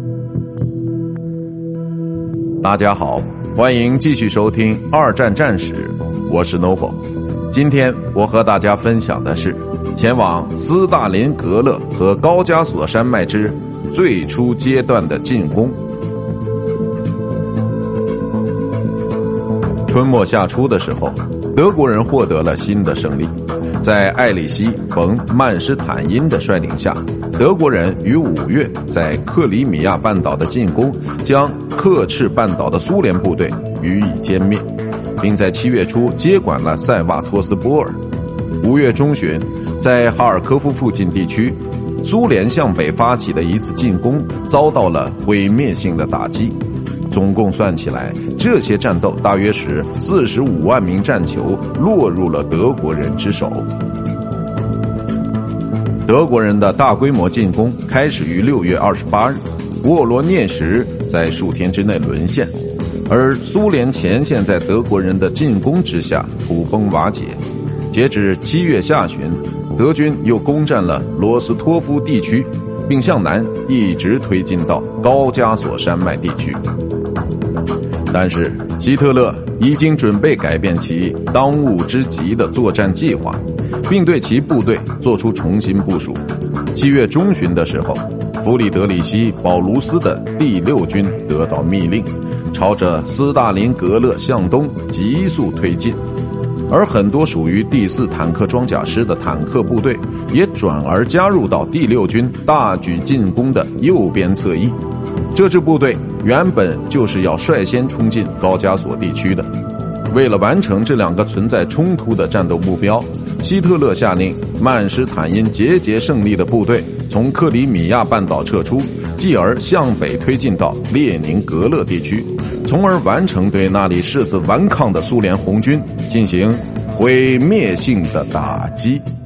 大家好，欢迎继续收听二战战史，我是 Noble。 今天我和大家分享的是前往斯大林格勒和高加索山脉之最初阶段的进攻。春末夏初的时候，德国人获得了新的胜利。在艾里希·冯·曼施坦因的率领下，德国人于5月在克里米亚半岛的进攻将克赤半岛的苏联部队予以歼灭，并在7月初接管了塞瓦托斯波尔。5月中旬，在哈尔科夫附近地区，苏联向北发起的一次进攻遭到了毁灭性的打击。总共算起来，这些战斗大约使45万名战俘落入了德国人之手。德国人的大规模进攻开始于6月28日，沃罗涅什在数天之内沦陷，而苏联前线在德国人的进攻之下土崩瓦解。截至7月下旬，德军又攻占了罗斯托夫地区，并向南一直推进到高加索山脉地区。但是希特勒已经准备改变其当务之急的作战计划，并对其部队做出重新部署。7月中旬的时候，弗里德里希·保卢斯的第6军得到密令，朝着斯大林格勒向东急速推进，而很多属于第4坦克装甲师的坦克部队也转而加入到第6军大举进攻的右边侧翼。这支部队原本就是要率先冲进高加索地区的。为了完成这两个存在冲突的战斗目标，希特勒下令曼施坦因节节胜利的部队从克里米亚半岛撤出，继而向北推进到列宁格勒地区，从而完成对那里誓死顽抗的苏联红军进行毁灭性的打击。